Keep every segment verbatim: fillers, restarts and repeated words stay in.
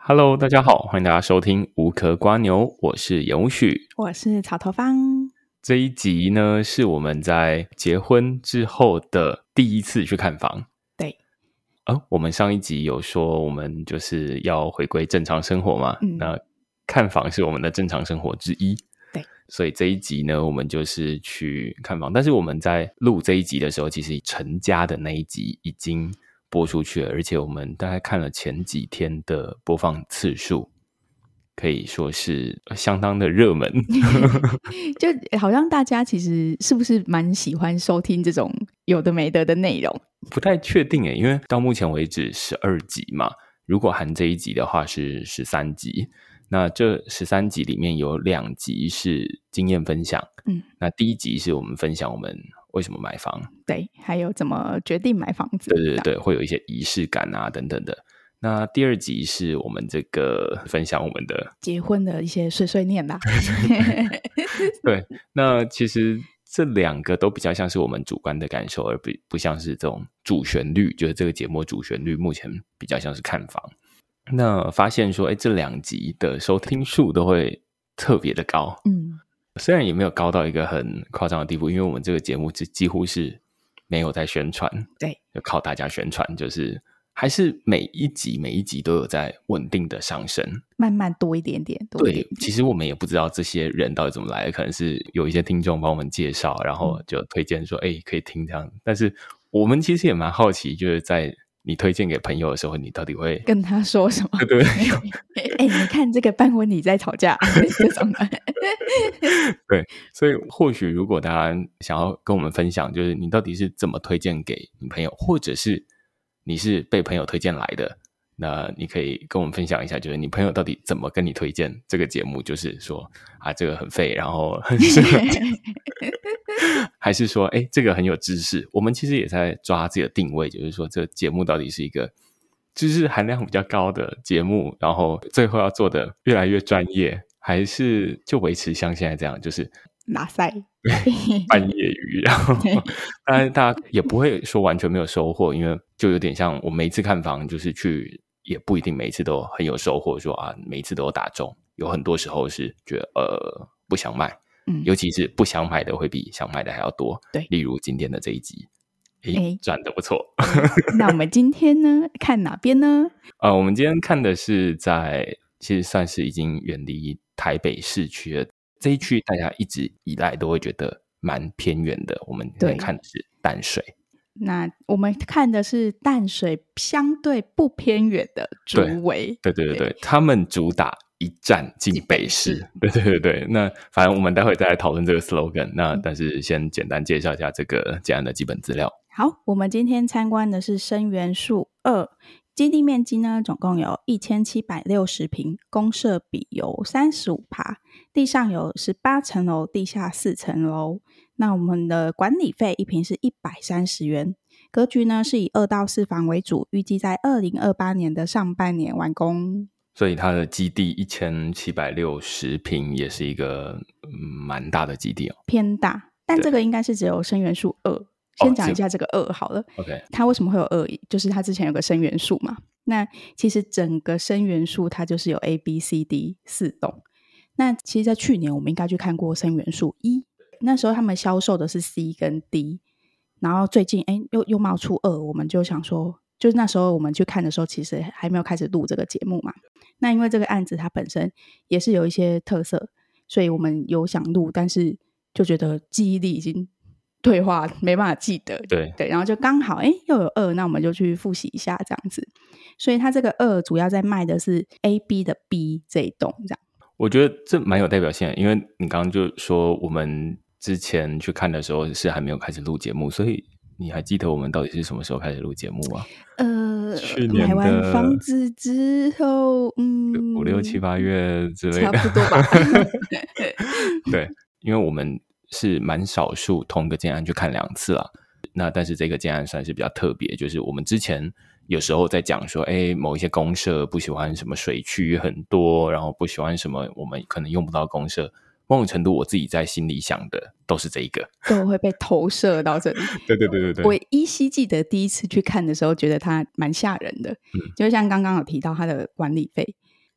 Hello， 大家好，欢迎大家收听无壳瓜牛，我是永许， 我是草头方。 这一集呢，是我们在结婚之后的第一次去看房。 对， 哦，我们上一集有说我们就是要回归正常生活嘛， 嗯， 那看房是我们的正常生活之一。 对， 所以这一集呢，我们就是去看房。但是我们在录这一集的时候，其实成家的那一集已经播出去了，而且我们大概看了前几天的播放次数，可以说是相当的热门。 就好像大家其实是不是蛮喜欢收听这种有的没的的内容？ 不太确定耶，因为到目前为止十二集嘛，如果含这一集的话是十三集。那这十三集里面有两集是经验分享，嗯，那第一集是我们分享我们为什么买房， 对，还有怎么决定买房子， 对对对，会有一些仪式感啊等等的。那第二集是我们这个分享我们的结婚的一些碎碎念啦。 对，那其实这两个都比较像是我们主观的感受，而不不像是这种主旋律，就是这个节目主旋律目前比较像是看房。那发现说，哎，这两集的收听数都会特别的高，嗯，虽然也没有高到一个很夸张的地步，因为我们这个节目几乎是没有在宣传， 对， 就靠大家宣传，就是还是每一集每一集都有在稳定的上升，慢慢多一点点，多一点点。 对，其实我们也不知道这些人到底怎么来的，可能是有一些听众帮我们介绍，然后就推荐说，哎、嗯，可以听这样。但是我们其实也蛮好奇，就是在你推荐给朋友的时候，你到底会跟他说什么？ 对对对， 哎、欸，你看这个办婚礼在吵架这种的。 对，所以或许如果大家想要跟我们分享，就是你到底是怎么推荐给你朋友，或者是你是被朋友推荐来的，那你可以跟我们分享一下，就是你朋友到底怎么跟你推荐这个节目，就是说啊这个很废，然后很适合还是说哎这个很有知识。我们其实也在抓自己的定位，就是说这个节目到底是一个知识含量比较高的节目，然后最后要做的越来越专业，还是就维持像现在这样，就是拉塞半业余，然后当然大家也不会说完全没有收获，因为就有点像我每一次看房就是去，也不一定每一次都很有收获，说啊每一次都有打中，有很多时候是觉得呃不想买，嗯，尤其是不想买的会比想买的还要多，对，例如今天的这一集诶，赚得不错。 那我们今天呢看哪边呢？ 呃，我们今天看的是在其实算是已经远离台北市区了，这一区大家一直以来都会觉得蛮偏远的，我们今天看的是淡水。 那我们看的是淡水相对不偏远的竹围， 对对对 对, 对，他们主打一站进北市，对对对对。那反正我们待会再来讨论这个 slogan， 那但是先简单介绍一下这个建案的基本资料。 好，我们今天参观的是生源树二，基地面积呢总共有一千七百六十平，公设比有 百分之三十五， 地上有十八层楼，地下四层楼。那我们的管理费一坪是一百三十元，格局呢是以二到四房为主，预计在二零二八年的上半年完工。 所以它的基地一千七百六十平也是一个蛮大的基地哦，偏大，但这个应该是只有生源树二。先讲一下这个二好了， OK， 它为什么会有二？就是它之前有个生源树嘛。那其实整个生源树它就是有 A、B、C、D 四栋。那其实在去年我们应该去看过生源树一，那时候他们销售的是 C 跟 D， 然后最近哎又又冒出二，我们就想说，就是那时候我们去看的时候其实还没有开始录这个节目嘛。那因为这个案子它本身也是有一些特色，所以我们有想录，但是就觉得记忆力已经退化，没办法记得， 对对，然后就刚好哎又有二，那我们就去复习一下这样子。所以它这个二主要在卖的是 A、B 的 B 这一栋这样。 我觉得这蛮有代表性的，因为你刚刚就说我们之前去看的时候是还没有开始录节目，所以你还记得我们到底是什么时候开始录节目吗？呃，去年的买完房子之后，嗯， 五六七八月之类的， 差不多吧。 对，因为我们是蛮少数同个建案去看两次啦。那但是这个建案算是比较特别，就是我们之前有时候在讲说，哎，某一些公社不喜欢什么水区很多，然后不喜欢什么我们可能用不到公社。某种程度我自己在心里想的都是这一个， 都会被投射到这里。 对对对对对。 我依稀记得第一次去看的时候，觉得它蛮吓人的，嗯、就像刚刚有提到它的管理费，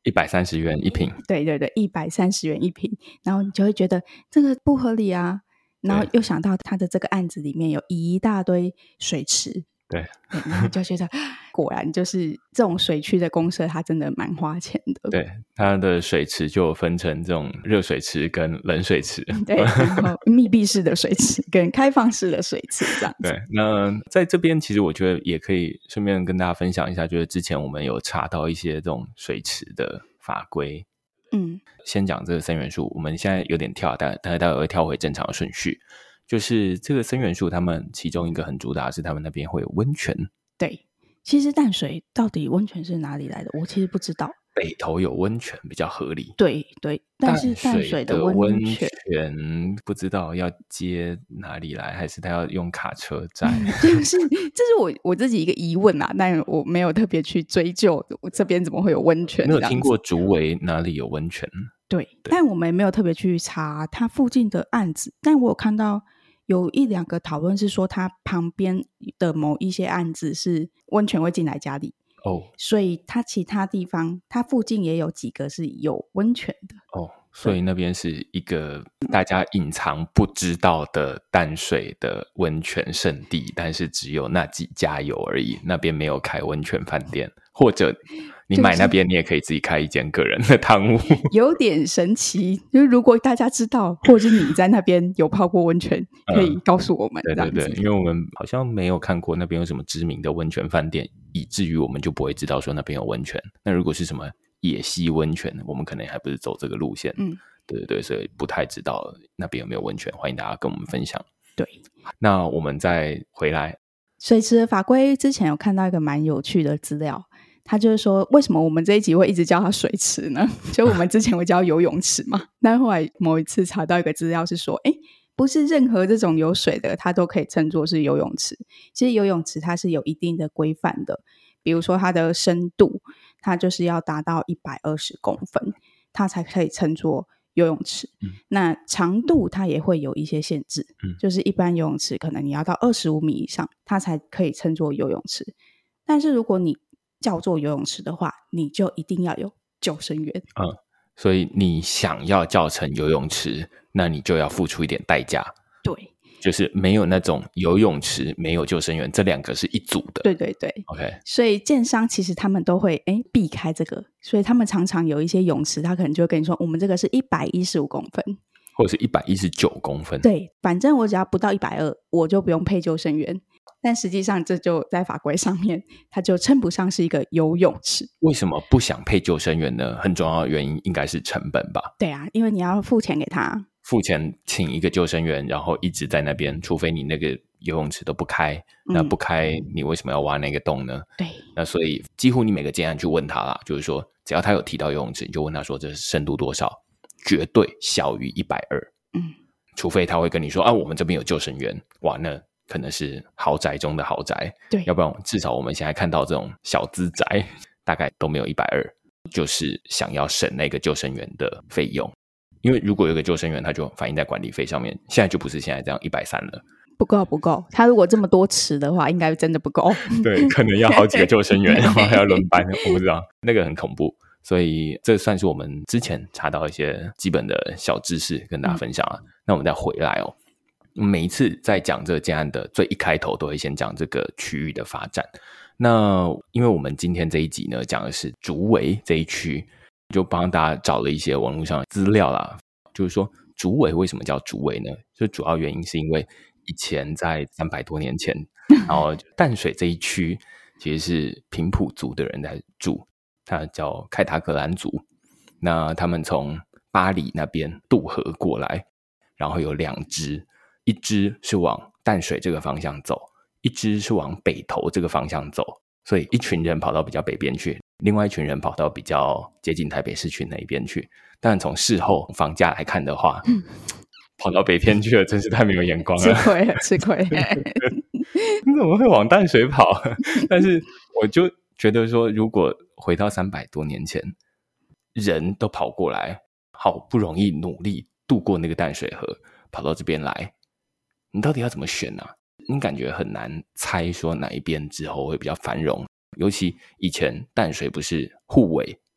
一百三十元一瓶， 对对对，一百三十元一瓶，然后你就会觉得这个不合理啊，然后又想到他的这个案子里面有一大堆水池， 对， 对，然后就觉得果然就是这种水区的公社，它真的蛮花钱的。 对，它的水池就有分成这种热水池跟冷水池， 对，然后密闭式的水池跟开放式的水池这样子。 对，那在这边其实我觉得也可以顺便跟大家分享一下，就是之前我们有查到一些这种水池的法规。 嗯， 先讲这个森元树，我们现在有点跳，但但是待会会跳回正常的顺序。就是这个森元树，他们其中一个很主打的是他们那边会有温泉。 对，其实淡水到底温泉是哪里来的，我其实不知道。 北投有温泉比较合理， 对对，但是淡水的温温泉泉不知道要接哪里来，还是他要用卡车载？ 就是这是我我自己一个疑问啊，但我没有特别去追究我这边怎么会有温泉。 没有听过竹围哪里有温泉？ 对，对，但我们没有特别去查它附近的案子，但我有看到有一两个讨论是说，它旁边的某一些案子是温泉会进来家里。 哦， 所以它其他地方，它附近也有几个是有温泉的哦，所以那边是一个大家隐藏不知道的淡水的温泉圣地，但是只有那几家有而已，那边没有开温泉饭店，或者你买那边你也可以自己开一间个人的汤屋， 有点神奇。就是如果大家知道，或者是你在那边有泡过温泉，可以告诉我们。 嗯、对对对，因为我们好像没有看过那边有什么知名的温泉饭店，以至于我们就不会知道说那边有温泉。那如果是什么野溪温泉，我们可能还不是走这个路线。嗯，对对对，所以不太知道那边有没有温泉，欢迎大家跟我们分享。对，那我们再回来水池的法规，之前有看到一个蛮有趣的资料。他就是说，为什么我们这一集会一直叫它水池呢？就我们之前会叫游泳池嘛，但后来某一次查到一个资料是说，诶，不是任何这种有水的，它都可以称作是游泳池。其实游泳池它是有一定的规范的，比如说它的深度，它就是要达到一百二十公分，它才可以称作游泳池。嗯、那长度它也会有一些限制，嗯、就是一般游泳池可能你要到二十五米以上，它才可以称作游泳池。但是如果你叫做游泳池的话，你就一定要有救生员。 嗯，所以你想要叫成游泳池，那你就要付出一点代价。 对， 就是没有那种游泳池没有救生员，这两个是一组的。 对对对 ，OK。 所以建商其实他们都会诶避开这个，所以他们常常有一些泳池，他可能就会跟你说，我们这个是一百一十五公分， 或者是一百一十九公分。 对，反正我只要不到一百二，我就不用配救生员。但实际上这就在法规上面它就称不上是一个游泳池。 为什么不想配救生员呢？很重要的原因应该是成本吧。 对啊，因为你要付钱给他， 付钱请一个救生员，然后一直在那边，除非你那个游泳池都不开，嗯、那不开你为什么要挖那个洞呢？ 对， 那所以几乎你每个建案去问他啦，就是说只要他有提到游泳池，你就问他说这是深度多少，绝对小于一百二十。嗯，除非他会跟你说啊，我们这边有救生员，哇，那可能是豪宅中的豪宅， 对， 要不然至少我们现在看到这种小资宅大概都没有一百二十，就是想要省那个救生员的费用。因为如果有个救生员，他就反映在管理费上面，现在就不是现在这样一百三了， 不够不够。他如果这么多池的话，应该真的不够。 对，可能要好几个救生员，然后还要轮班，我不知道，那个很恐怖。所以这算是我们之前查到一些基本的小知识跟大家分享了。嗯、那我们再回来哦。每一次在讲这个建案的最一开头都会先讲这个区域的发展。那因为我们今天这一集呢讲的是竹围这一区，就帮大家找了一些网络上的资料啦。就是说竹围为什么叫竹围呢？就主要原因是因为以前在三百多年前，然后淡水这一区其实是平埔族的人在住，他叫凯塔格兰族。那他们从巴黎那边渡河过来，然后有两支，一支是往淡水这个方向走，一支是往北投这个方向走，所以一群人跑到比较北边去，另外一群人跑到比较接近台北市区那一边去。但从事后房价来看的话，嗯、跑到北边去了，真是太没有眼光了， 吃亏了，吃亏了。 你怎么会往淡水跑？但是我就觉得说，如果回到三百多年前，人都跑过来，好不容易努力渡过那个淡水河，跑到这边来，你到底要怎么选呢、啊？你感觉很难猜说哪一边之后会比较繁荣，尤其以前淡水不是互围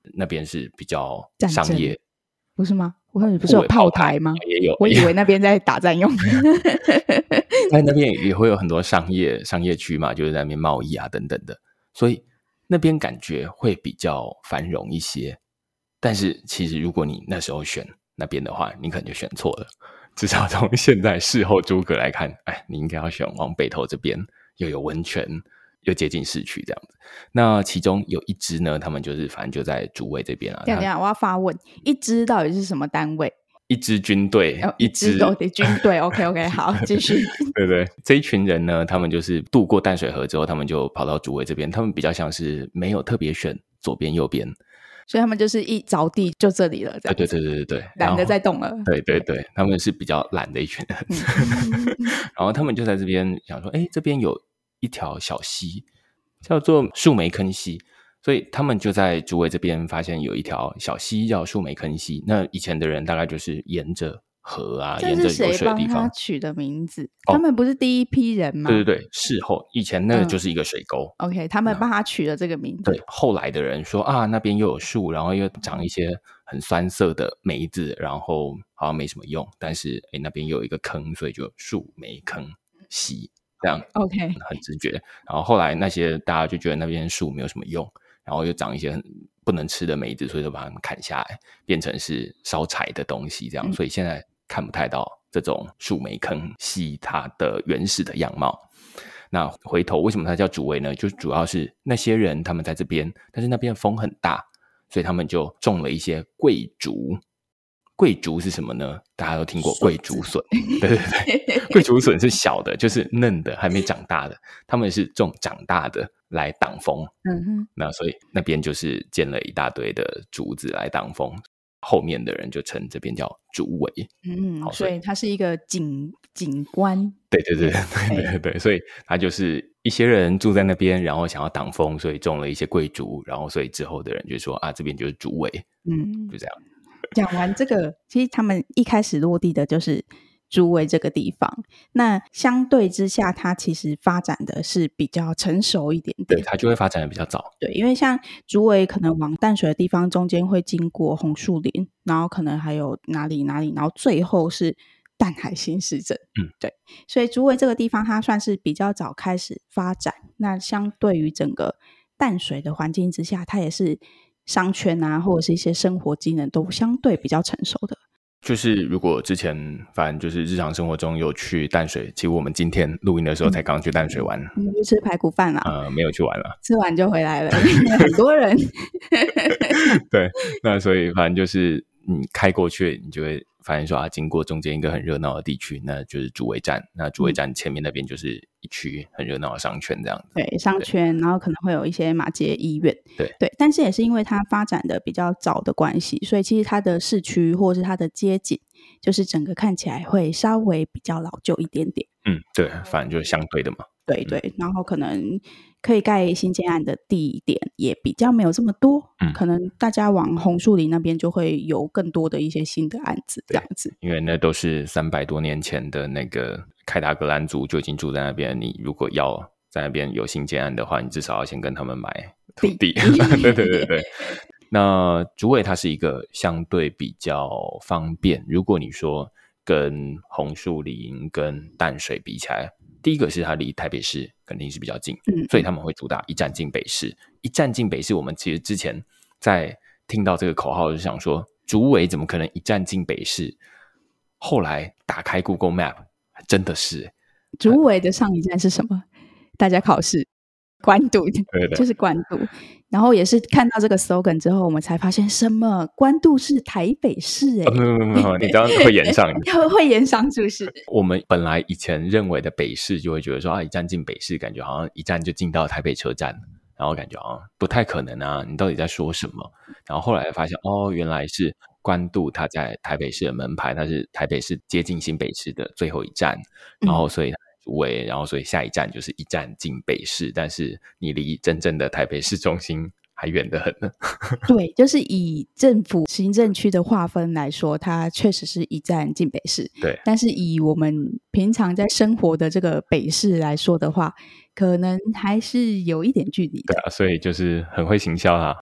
那边是比较战争商业， 不是吗？我看你不是有炮台吗？ 也有， 我以为那边在打战用。 在那边也会有很多商业商业区嘛，就是在那边贸易啊等等的，所以那边感觉会比较繁荣一些。但是其实如果你那时候选那边的话，你可能就选错了。至少从现在事后诸葛来看，哎，你应该要选往北投这边，又有温泉，又接近市区这样子。那其中有一支呢，他们就是反正就在竹围这边啊。 等一下，我要发问，一支到底是什么单位？ 一支军队， 哦、 一支都得军队。OK OK， 好，继续。 对对，这一群人呢，他们就是渡过淡水河之后，他们就跑到竹围这边。他们比较像是没有特别选左边右边， 所以他们就是一着地就这里了，这样子。 对对对对对， 懒得再动了。 对对对，他们是比较懒的一群人。嗯、然后他们就在这边想说，哎，这边有一条小溪，叫做树梅坑溪。所以他们就在竹围这边发现有一条小溪叫树梅坑溪。那以前的人大概就是沿着河啊，沿着有水的地方。这是谁帮他取的名字？哦、他们不是第一批人吗？ 对对对，事后以前那个就是一个水沟。 嗯、OK， 他们帮他取了这个名字。 对，后来的人说啊，那边又有树，然后又长一些很酸涩的梅子，然后好像没什么用，但是诶那边又有一个坑，所以就树梅坑溪这样。 OK， 很直觉。然后后来那些大家就觉得那边树没有什么用。然后又长一些很不能吃的梅子，所以就把它们砍下来，变成是烧柴的东西这样、嗯、所以现在看不太到这种树梅坑溪它的原始的样貌。那回头为什么它叫竹围呢？就主要是那些人他们在这边，但是那边风很大，所以他们就种了一些桂竹。桂竹是什么呢？大家都听过桂竹笋，对对对，桂竹笋是小的，就是嫩的，还没长大的，他们是种长大的来挡风。嗯哼，那所以那边就是建了一大堆的竹子来挡风，后面的人就称这边叫竹围。 嗯，所以它是一个景景观。 对对对对对对对，所以它就是一些人住在那边，然后想要挡风，所以种了一些桂竹，然后所以之后的人就说啊，这边就是竹围。嗯，就这样。 讲完这个，其实他们一开始落地的就是竹围这个地方，那相对之下它其实发展的是比较成熟一点点。 对，它就会发展的比较早。 对，因为像竹围可能往淡水的地方中间会经过红树林，然后可能还有哪里哪里，然后最后是淡海新市镇。嗯，对，所以竹围这个地方它算是比较早开始发展，那相对于整个淡水的环境之下，它也是商圈啊，或者是一些生活机能都相对比较成熟的。 就是如果之前反正就是日常生活中有去淡水，其实我们今天录音的时候才刚去淡水玩， 我们去吃排骨饭啦。 呃，没有去玩了， 吃完就回来了，很多人。 对，那所以反正就是你开过去，你就会发现说啊，经过中间一个很热闹的地区，那就是竹围站。那竹围站前面那边就是一区很热闹的商圈这样子。 对，商圈，然后可能会有一些马偕医院。 对对，但是也是因为它发展的比较早的关系，所以其实它的市区或者是它的街景，就是整个看起来会稍微比较老旧一点点。 嗯，对，反正就是相对的嘛。 对对、嗯，然后可能可以盖新建案的地点也比较没有这么多，嗯，可能大家往红树林那边就会有更多的一些新的案子这样子。 因为那都是三百多年前的那个凯达格兰族就已经住在那边，你如果要在那边有新建案的话，你至少要先跟他们买土地。对对对对。那竹围它是一个相对比较方便，如果你说跟红树林跟淡水比起来，第一个是它离台北市肯定是比较近，嗯，所以他们会主打一站进北市。一站进北市，我们其实之前在听到这个口号就想说，竹围怎么可能一站进北市？后来打开 Google Map， 真的是竹围的上一站是什么？大家考试。关渡， 对对， 就是关渡。然后也是看到这个 slogan 之后，我们才发现什么关渡是台北市哎、欸， 没有没有没有，你这样会延上， 会延上是不是？ 我们本来以前认为的北市，就会觉得说啊，一站进北市，感觉好像一站就进到台北车站，然后感觉好像不太可能啊，你到底在说什么？然后后来发现哦，原来是关渡，它在台北市的门牌，它是台北市接近新北市的最后一站，然后所以。嗯竹围，然后所以下一站就是一站进北市，但是你离真正的台北市中心还远得很呢。 对，就是以政府行政区的划分来说，它确实是一站进北市。 对， 但是以我们平常在生活的这个北市来说的话，可能还是有一点距离的。 对啊，所以就是很会行销啊。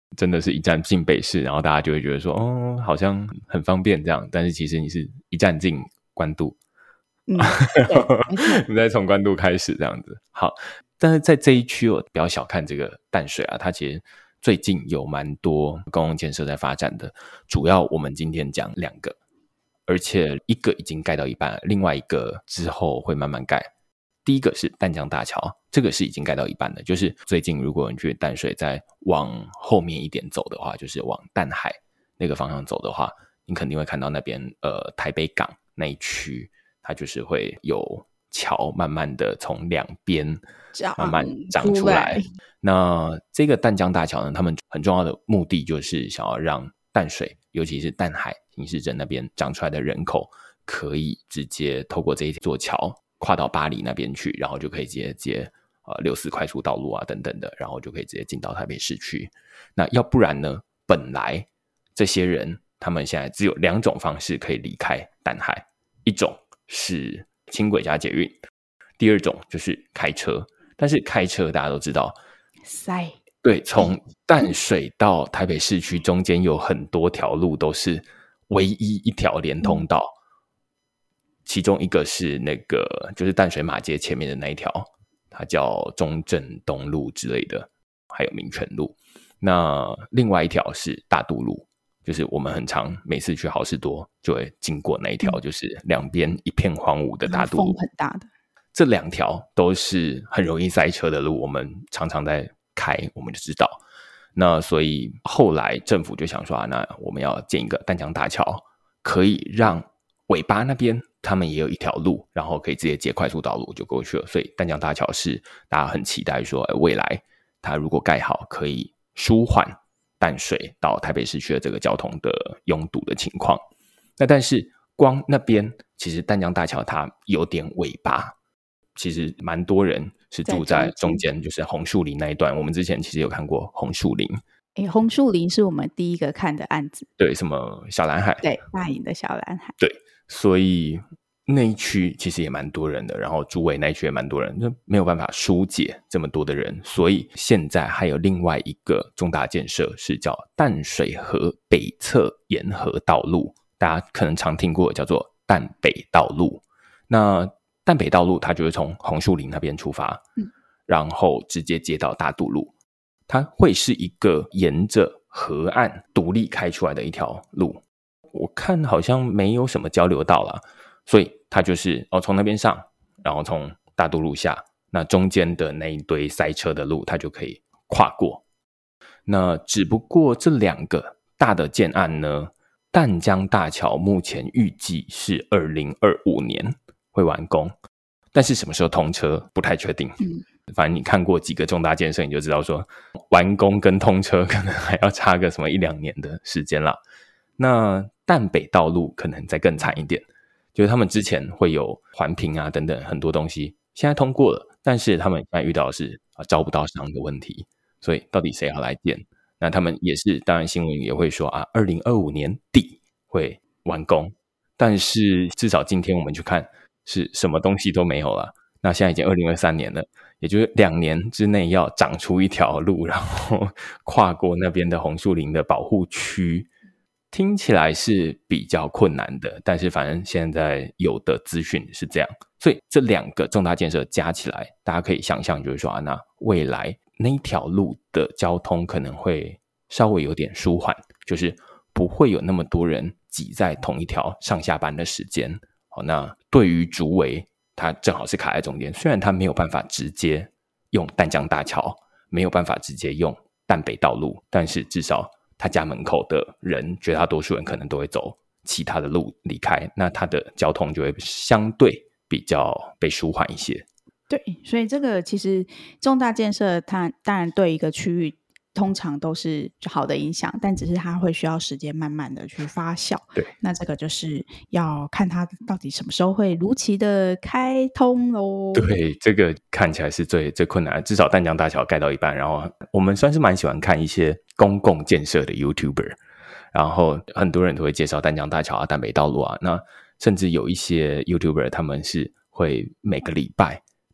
真的是一站进北市，然后大家就会觉得说哦好像很方便这样，但是其实你是一站进关渡。 嗯，对， 你再从关渡开始这样子。好，但是在这一区我不要小看这个淡水啊，它其实最近有蛮多公共建设在发展的，主要我们今天讲两个，而且一个已经盖到一半了，另外一个之后会慢慢盖。第一个是淡江大桥，这个是已经盖到一半的，就是最近如果你去淡水再往后面一点走的话，就是往淡海那个方向走的话，你肯定会看到那边呃台北港那一区，它就是会有桥慢慢的从两边慢慢长出来。那这个淡江大桥呢，他们很重要的目的就是想要让淡水尤其是淡海新市镇那边长出来的人口可以直接透过这一座桥跨到巴黎那边去，然后就可以直接接呃六四快速道路啊等等的，然后就可以直接进到台北市区。那要不然呢，本来这些人他们现在只有两种方式可以离开淡海，一种是轻轨加捷运，第二种就是开车。但是开车大家都知道塞， 对，从淡水到台北市区中间有很多条路都是唯一一条连通道，其中一个是那个就是淡水马街前面的那一条，它叫中正东路之类的，还有民权路。那另外一条是大渡路，就是我们很常每次去好事多就会经过那一条，就是两边一片荒芜的大渡路， 风很大的。 这两条都是很容易塞车的路，我们常常在开，我们就知道。那所以后来政府就想说、啊、那我们要建一个淡江大桥，可以让尾巴那边他们也有一条路，然后可以直接接快速道路就过去了。所以淡江大桥是大家很期待说未来它如果盖好可以舒缓淡水到台北市区的这个交通的拥堵的情况。那但是光那边其实淡江大桥它有点尾巴，其实蛮多人是住在中间，就是红树林那一段。我们之前其实有看过红树林， 诶，红树林是我们第一个看的案子， 对，什么小蓝海， 对，大营的小蓝海， 对，所以那一区其实也蛮多人的，然后竹围那一区也蛮多人，就没有办法疏解这么多的人，所以现在还有另外一个重大建设是叫淡水河北侧沿河道路，大家可能常听过叫做淡北道路。那淡北道路它就是从红树林那边出发、嗯、然后直接接到大渡路，它会是一个沿着河岸独立开出来的一条路，我看好像没有什么交流道啦，所以它就是哦从那边上，然后从大渡路下，那中间的那一堆塞车的路它就可以跨过。那只不过这两个大的建案呢，淡江大桥目前预计是二零二五年会完工，但是什么时候通车不太确定、嗯、反正你看过几个重大建设你就知道说完工跟通车可能还要差个什么一两年的时间啦。那淡北道路可能再更惨一点，就是他们之前会有环评啊等等很多东西现在通过了，但是他们现在遇到的是招不到商的问题，所以到底谁要来建，那他们也是当然新闻也会说啊二零二五年底会完工，但是至少今天我们去看是什么东西都没有了。那现在已经二零二三年了，也就是两年之内要长出一条路，然后跨过那边的红树林的保护区，听起来是比较困难的，但是反正现在有的资讯是这样，所以这两个重大建设加起来，大家可以想象就是说啊，那未来那一条路的交通可能会稍微有点舒缓，就是不会有那么多人挤在同一条上下班的时间。好，那对于竹围它正好是卡在中间，虽然它没有办法直接用淡江大桥，没有办法直接用淡北道路，但是至少他家门口的人绝大多数人可能都会走其他的路离开，那他的交通就会相对比较被舒缓一些。 对，所以这个其实重大建设它当然对一个区域通常都是好的影响，但只是它会需要时间慢慢的去发酵。 对， 那这个就是要看它到底什么时候会如期的开通咯。 对，这个看起来是最最困难的，至少淡江大桥盖到一半，然后我们算是蛮喜欢看一些公共建设的 YouTuber， 然后很多人都会介绍淡江大桥啊、淡北道路啊，那甚至有一些 YouTuber 他们是会每个礼拜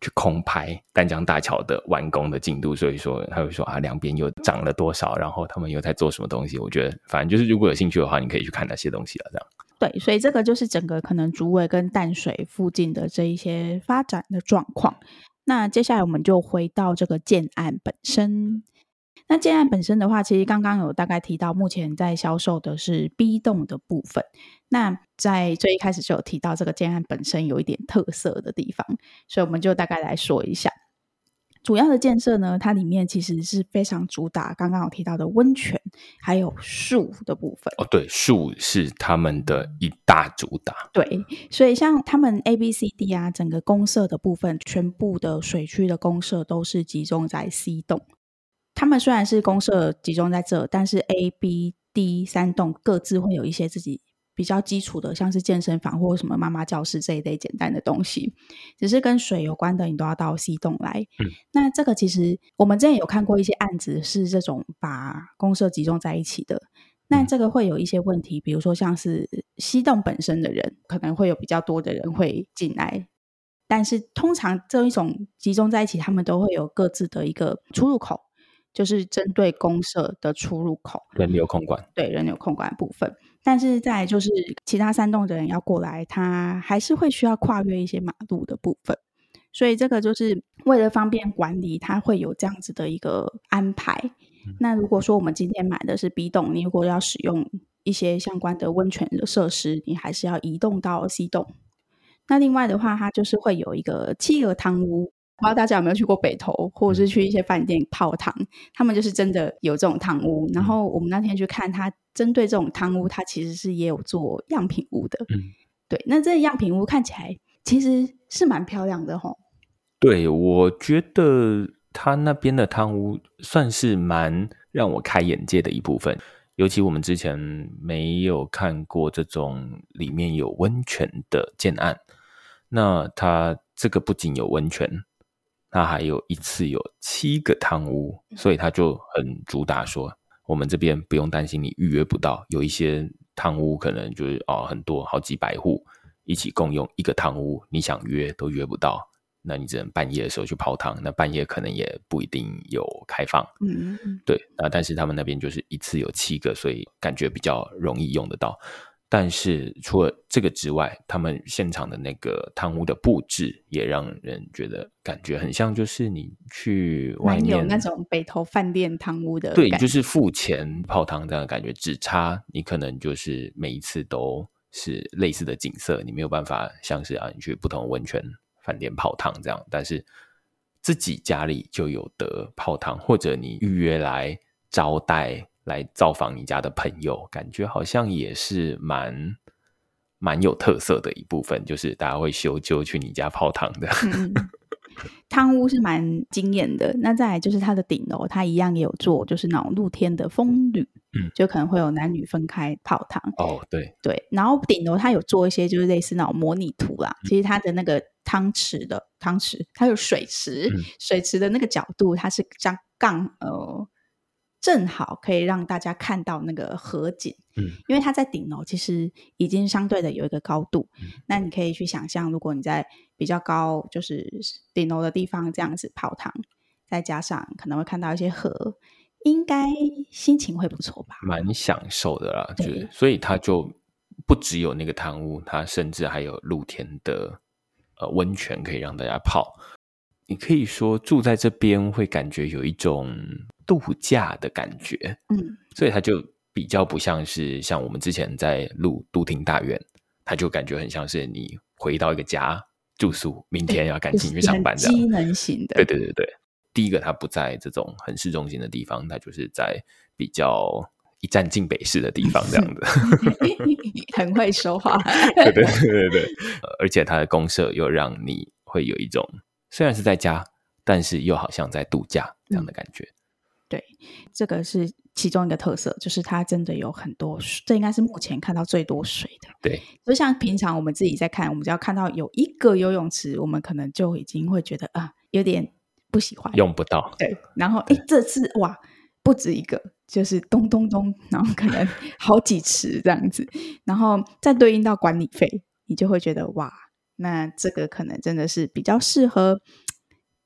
去空拍淡江大桥的完工的进度，所以说他会说啊，两边又涨了多少，然后他们又在做什么东西。我觉得反正就是如果有兴趣的话，你可以去看那些东西了。这样对，所以这个就是整个可能竹围跟淡水附近的这一些发展的状况。那接下来我们就回到这个建案本身。那建案本身的话，其实刚刚有大概提到，目前在销售的是 B 栋的部分。那在最一开始就有提到这个建案本身有一点特色的地方，所以我们就大概来说一下。主要的建设呢，它里面其实是非常主打刚刚有提到的温泉还有树的部分。 哦，对，树是他们的一大主打。 对，所以像他们 A B C D 啊，整个公设的部分，全部的水区的公设都是集中在 C 栋。他们虽然是公设集中在这，但是 A、B、D 三栋各自会有一些自己比较基础的，像是健身房或什么妈妈教室这一类简单的东西，只是跟水有关的你都要到 C 栋来。嗯，那这个其实我们之前有看过一些案子是这种把公设集中在一起的，那这个会有一些问题，比如说像是 C 栋本身的人可能会有比较多的人会进来，但是通常这一种集中在一起，他们都会有各自的一个出入口，就是针对公设的出入口， 人流控管， 对，人流控管部分。但是再来就是其他三栋的人要过来，他还是会需要跨越一些马路的部分，所以这个就是为了方便管理，它会有这样子的一个安排。嗯，那如果说我们今天买的是 B 栋，你如果要使用一些相关的温泉的设施，你还是要移动到 C 栋。那另外的话，它就是会有一个企鹅汤屋，不知道大家有没有去过北投，或者是去一些饭店泡汤，他们就是真的有这种汤屋。然后我们那天去看，它针对这种汤屋，它其实是也有做样品屋的。嗯，对，那这样品屋看起来其实是蛮漂亮的齁。 对，我觉得他那边的汤屋算是蛮让我开眼界的一部分，尤其我们之前没有看过这种里面有温泉的建案。那它这个不仅有温泉，它还有一次有七个汤屋，所以它就很主打说我们这边不用担心你预约不到，有一些汤屋可能就是哦很多好几百户一起共用一个汤屋，你想约都约不到，那你只能半夜的时候去泡汤，那半夜可能也不一定有开放。嗯，对，那但是他们那边就是一次有七个，所以感觉比较容易用得到。但是除了这个之外，他们现场的那个汤屋的布置也让人觉得感觉很像就是你去外面有那种北投饭店汤屋的感觉，对，就是付钱泡汤这样的感觉，只差你可能就是每一次都是类似的景色，你没有办法像是啊你去不同的温泉饭店泡汤这样，但是自己家里就有得泡汤，或者你预约来招待来造访你家的朋友，感觉好像也是蛮蛮有特色的一部分，就是大家会修就去你家泡汤的。 嗯，汤屋是蛮惊艳的。那再来就是它的顶楼，它一样也有做就是那种露天的风吕，嗯，就可能会有男女分开泡汤。 哦，对对，然后顶楼它有做一些就是类似那种模拟图啦，嗯，其实它的那个汤池的汤池，它有水池，嗯，水池的那个角度它是这样杠呃。正好可以让大家看到那个河景，嗯，因为它在顶楼其实已经相对的有一个高度，嗯，那你可以去想象，如果你在比较高就是顶楼的地方这样子泡汤，再加上可能会看到一些河，应该心情会不错吧， 蛮享受的啦，就是所以它就不只有那个汤屋，它甚至还有露天的呃温泉可以让大家泡。你可以说住在这边会感觉有一种度假的感觉，嗯，所以它就比较不像是像我们之前在录都厅大院，它就感觉很像是你回到一个家住宿，明天要赶紧去上班这样， 机能型的。 对对对对，第一个它不在这种很市中心的地方，它就是在比较一站进北市的地方这样子， 很会说话。 对对对对对，而且它的公设又让你会有一种虽然是在家，但是又好像在度假这样的感觉。嗯， 对，这个是其中一个特色，就是它真的有很多水，这应该是目前看到最多水的。 对， 就像平常我们自己在看，我们只要看到有一个游泳池，我们可能就已经会觉得啊，有点不喜欢， 用不到。 对，然后哎，这次哇，不止一个，就是咚咚咚，然后可能好几池这样子，然后再对应到管理费，你就会觉得哇。那这个可能真的是比较适合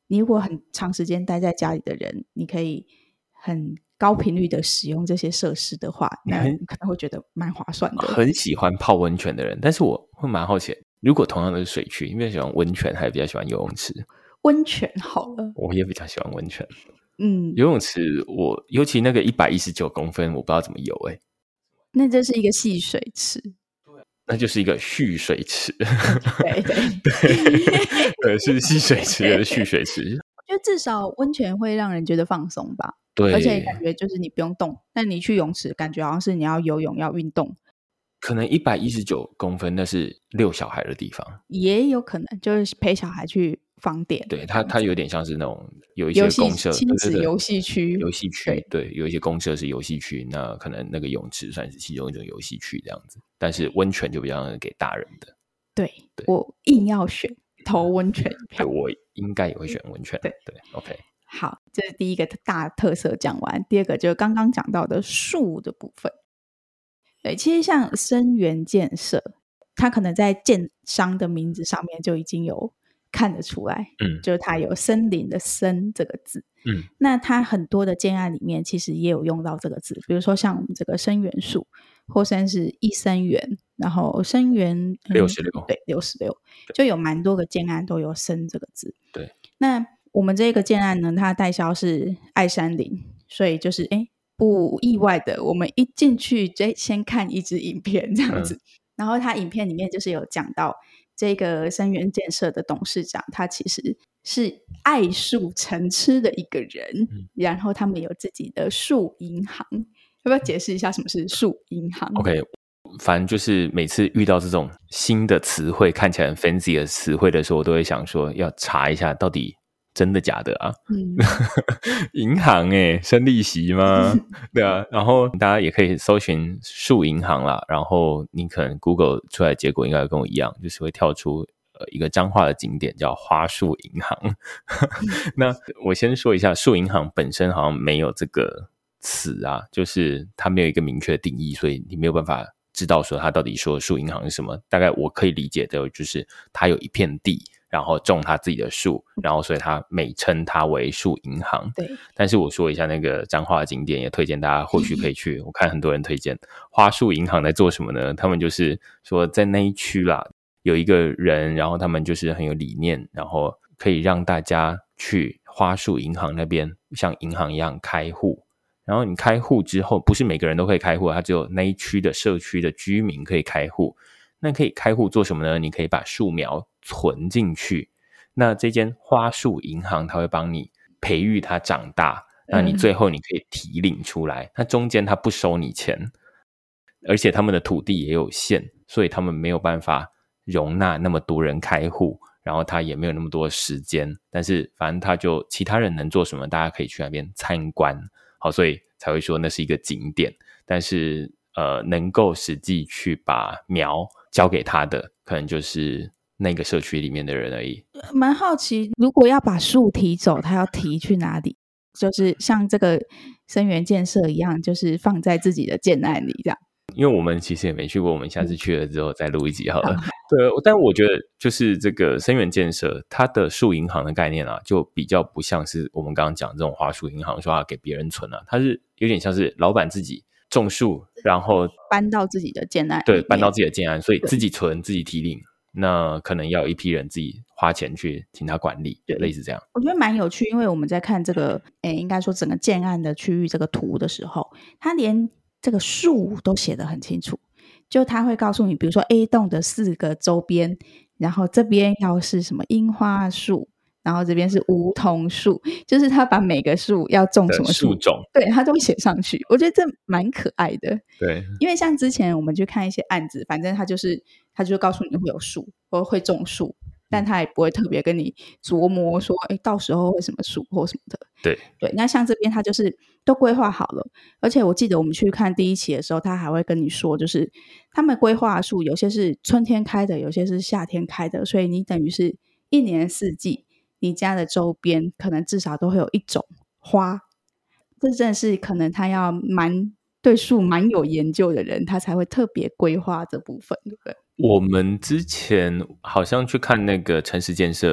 你如果很长时间待在家里的人，你可以很高频率的使用这些设施的话，那你可能会觉得蛮划算的。 很喜欢泡温泉的人，但是我会蛮好奇，如果同样的是水区，你比较喜欢温泉还是比较喜欢游泳池？ 温泉好了， 我也比较喜欢温泉。 嗯， 游泳池我尤其那个一百一十九公分，我不知道怎么游欸。 那这是一个戏水池， 那就是一个蓄水池。 对对对对，是戏水池的蓄水池。 我觉得至少温泉会让人觉得放松吧， 对， 而且感觉就是你不用动，但你去泳池感觉好像是你要游泳要运动。 可能一百一十九公分那是遛小孩的地方， 也有可能就是陪小孩去放电。 对，它它有点像是那种有一些公社亲子游戏区， 游戏区，对，有一些公社是游戏区，那可能那个泳池算是其中一种游戏区这样子，但是温泉就比较给大人的。 对，对我硬要选投温泉票， 对，我应该也会选温泉。对对 ，OK。 好，这是第一个大特色讲完，第二个就是刚刚讲到的树的部分。对，其实像森源建设，它可能在建商的名字上面就已经有看得出来，嗯，就是它有森林的森这个字，嗯，那它很多的建案里面其实也有用到这个字，比如说像我们这个森源树，或甚是一森源，然后森源六十六， 对，六十六，就有蛮多个建案都有森这个字。 对， 那我们这个建案呢，它的代销是爱山林，所以就是哎。不意外的，我们一进去先看一支影片这样子，嗯、然后他影片里面就是有讲到这个森源建设的董事长，他其实是爱树成痴的一个人，嗯、然后他们有自己的树银行，要不要解释一下什么是树银行 ？OK， 反正就是每次遇到这种新的词汇，看起来很 fancy 的词汇的时候，我都会想说要查一下到底。真的假的啊？嗯，银行哎，生利息吗？对啊，然后大家也可以搜寻树银行啦，然后你可能 Google 出来的结果应该跟我一样，就是会跳出呃一个彰化的景点叫花树银行。那我先说一下，树银行本身好像没有这个词啊，就是它没有一个明确的定义，所以你没有办法知道说它到底说树银行是什么。大概我可以理解的就是它有一片地。然后种他自己的树，然后所以他美称它为树银行。 对， 但是我说一下那个彰化的景点，也推荐大家或许可以去。我看很多人推荐花树银行在做什么呢？他们就是说在那一区啦，有一个人，然后他们就是很有理念，然后可以让大家去花树银行那边像银行一样开户。然后你开户之后，不是每个人都可以开户，它只有那一区的社区的居民可以开户。那可以开户做什么呢？你可以把树苗存进去，那这间花树银行它会帮你培育它长大，那你最后你可以提领出来，那中间它不收你钱，而且他们的土地也有限，所以他们没有办法容纳那么多人开户，然后他也没有那么多时间，但是反正他就其他人能做什么，大家可以去那边参观，好，所以才会说那是一个景点，但是呃，能够实际去把苗交给他的，可能就是那个社区里面的人而已。 蛮好奇，如果要把树提走，他要提去哪里？就是像这个森源建设一样，就是放在自己的建案里这样。 因为我们其实也没去过，我们下次去了之后再录一集好了。嗯、对，但我觉得就是这个森源建设，它的树银行的概念啊，就比较不像是我们刚刚讲这种花树银行说要给别人存啊，它是有点像是老板自己种树，然后搬到自己的建案， 对，搬到自己的建案，所以自己存自己提领，那可能要有一批人自己花钱去请他管理，类似这样。 我觉得蛮有趣，因为我们在看这个，诶，应该说整个建案的区域这个图的时候，它连这个树都写得很清楚，就他会告诉你，比如说 A 栋的四个周边，然后这边要是什么樱花树。然后这边是梧桐树，就是他把每个树要种什么树种， 对，他都写上去。我觉得这蛮可爱的。 对， 因为像之前我们去看一些案子，反正他就是他就告诉你会有树或会种树，但他也不会特别跟你琢磨说，哎，到时候会什么树或什么的。 对对，那像这边他就是都规划好了，而且我记得我们去看第一期的时候，他还会跟你说，就是他们规划的树有些是春天开的，有些是夏天开的，所以你等于是一年四季。你家的周边可能至少都会有一种花，这真的是可能他要蛮对树蛮有研究的人，他才会特别规划这部分，对不对？ 我们之前好像去看那个城市建设，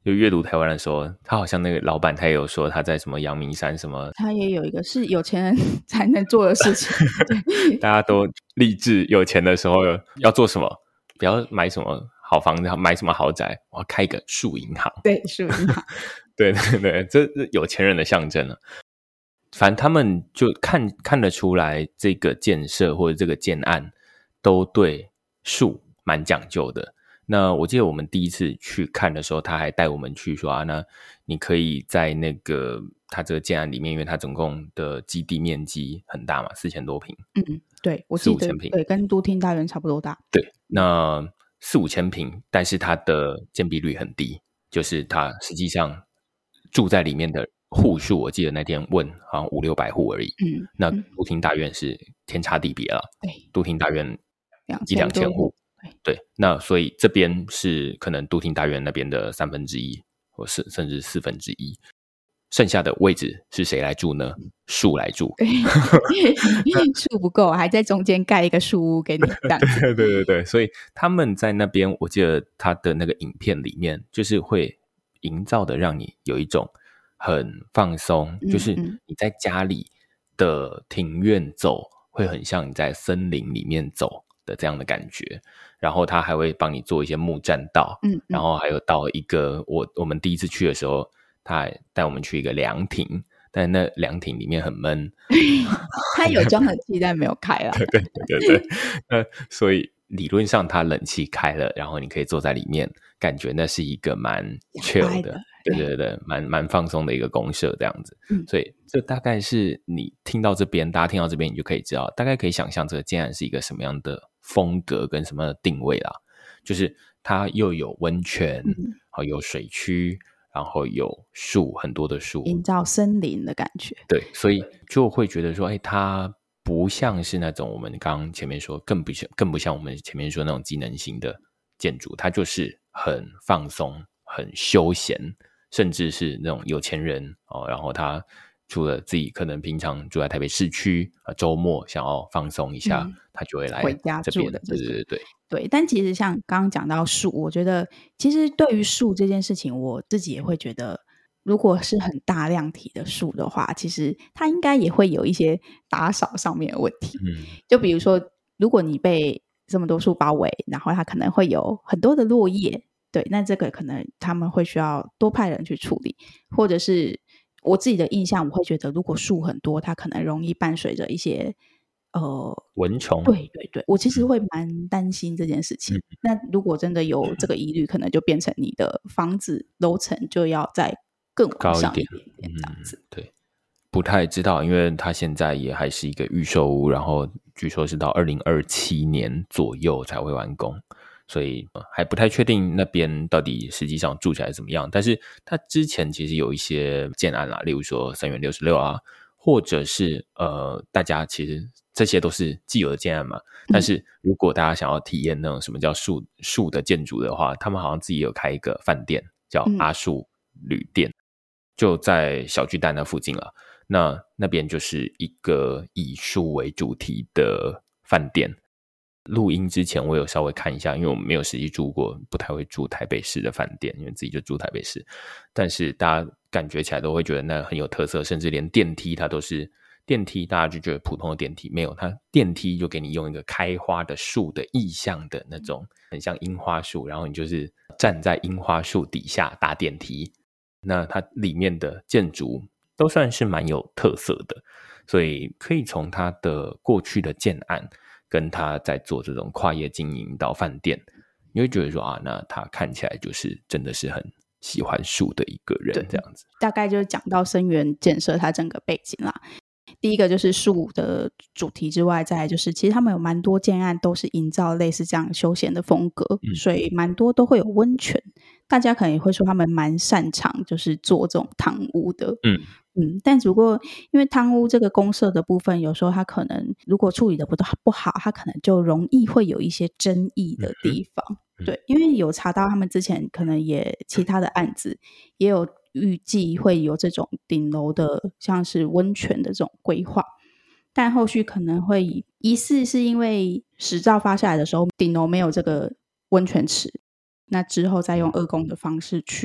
就阅读台湾的时候，他好像那个老板他也有说他在什么阳明山什么， 他也有一个是有钱人才能做的事情大家都立志有钱的时候要做什么，不要买什么好房子，买什么豪宅，我要开一个树银行。 对，树银行对对对，这是有钱人的象征了。反正他们就看看得出来，这个建设或者这个建案都对树蛮讲究的。那我记得我们第一次去看的时候，他还带我们去说啊，那你可以在那个他这个建案里面，因为他总共的基地面积很大嘛，四千多坪。 嗯，对，我记得对，跟都厅大院差不多大。 对，那四五千坪，但是它的建蔽率很低，就是它实际上住在里面的户数，我记得那天问好像五六百户而已。嗯，那都厅大院是天差地别了。对，都厅大院一两千户。对，那所以这边是可能都厅大院那边的三分之一，或是甚至四分之一。剩下的位置是谁来住呢？树来住。 树不够，还在中间盖一个树屋给你。 对对对对，所以他们在那边，我记得他的那个影片里面，就是会营造的让你有一种很放松，嗯、就是你在家里的庭院走，会很像你在森林里面走的这样的感觉。然后他还会帮你做一些木栈道，嗯嗯然后还有到一个我我们第一次去的时候，他还带我们去一个凉亭，但那凉亭里面很闷， 他有装冷气但没有开啦。 对对对对对，那所以理论上他冷气开了，然后你可以坐在里面，感觉那是一个蛮 chill 的，对对对对，蛮蛮放松的一个公社这样子。嗯、所以这大概是你听到这边，大家听到这边，你就可以知道，大概可以想象这个建案是一个什么样的风格跟什么样的定位啦。就是它又有温泉，嗯、有水区。然后有树，很多的树， 营造森林的感觉。 对，所以就会觉得说，哎，它不像是那种我们刚刚前面说，更不像，更不像我们前面说那种机能型的建筑，它就是很放松、很休闲，甚至是那种有钱人哦。然后他除了自己可能平常住在台北市区，啊，周末想要放松一下，嗯、他就会来回家住的。 对对对对。 对，但其实像刚刚讲到树，我觉得其实对于树这件事情，我自己也会觉得，如果是很大量体的树的话，其实它应该也会有一些打扫上面的问题。嗯，就比如说，如果你被这么多树包围，然后它可能会有很多的落叶，对，那这个可能他们会需要多派人去处理，或者是我自己的印象，我会觉得如果树很多，它可能容易伴随着一些。呃， 蚊虫， 对对对，我其实会蛮担心这件事情。嗯、那如果真的有这个疑虑，可能就变成你的房子楼层就要再更往上一点点这样子。 嗯、对，不太知道，因为它现在也还是一个预售屋，然后据说是到二零二七年左右才会完工，所以、呃、还不太确定那边到底实际上住起来怎么样。但是它之前其实有一些建案啦，例如说三元六十六啊。或者是呃，大家其实这些都是既有的建案嘛。但是如果大家想要体验那种什么叫树树的建筑的话，他们好像自己有开一个饭店，叫阿树旅店，嗯、就在小巨蛋那附近了。那那边就是一个以树为主题的饭店。录音之前我有稍微看一下，因为我没有实际住过，不太会住台北市的饭店，因为自己就住台北市。但是大家感觉起来都会觉得那很有特色，甚至连电梯它都是电梯，大家就觉得普通的电梯没有，它电梯就给你用一个开花的树的意象的那种，很像樱花树，然后你就是站在樱花树底下搭电梯。那它里面的建筑都算是蛮有特色的，所以可以从它的过去的建案跟他在做这种跨业经营到饭店，你会觉得说啊，那他看起来就是真的是很喜欢树的一个人这样子。 大概就是讲到生源建设它整个背景啦。第一个就是树的主题之外，再来就是其实他们有蛮多建案都是营造类似这样休闲的风格，嗯、所以蛮多都会有温泉。大家可能也会说他们蛮擅长就是做这种汤屋的，嗯嗯，但只不过因为汤屋这个公设的部分，有时候它可能如果处理的不不好，它可能就容易会有一些争议的地方。嗯、对，因为有查到他们之前可能也其他的案子也有预计会有这种顶楼的像是温泉的这种规划，但后续可能会疑似是因为实照发下来的时候顶楼没有这个温泉池，那之后再用二工的方式去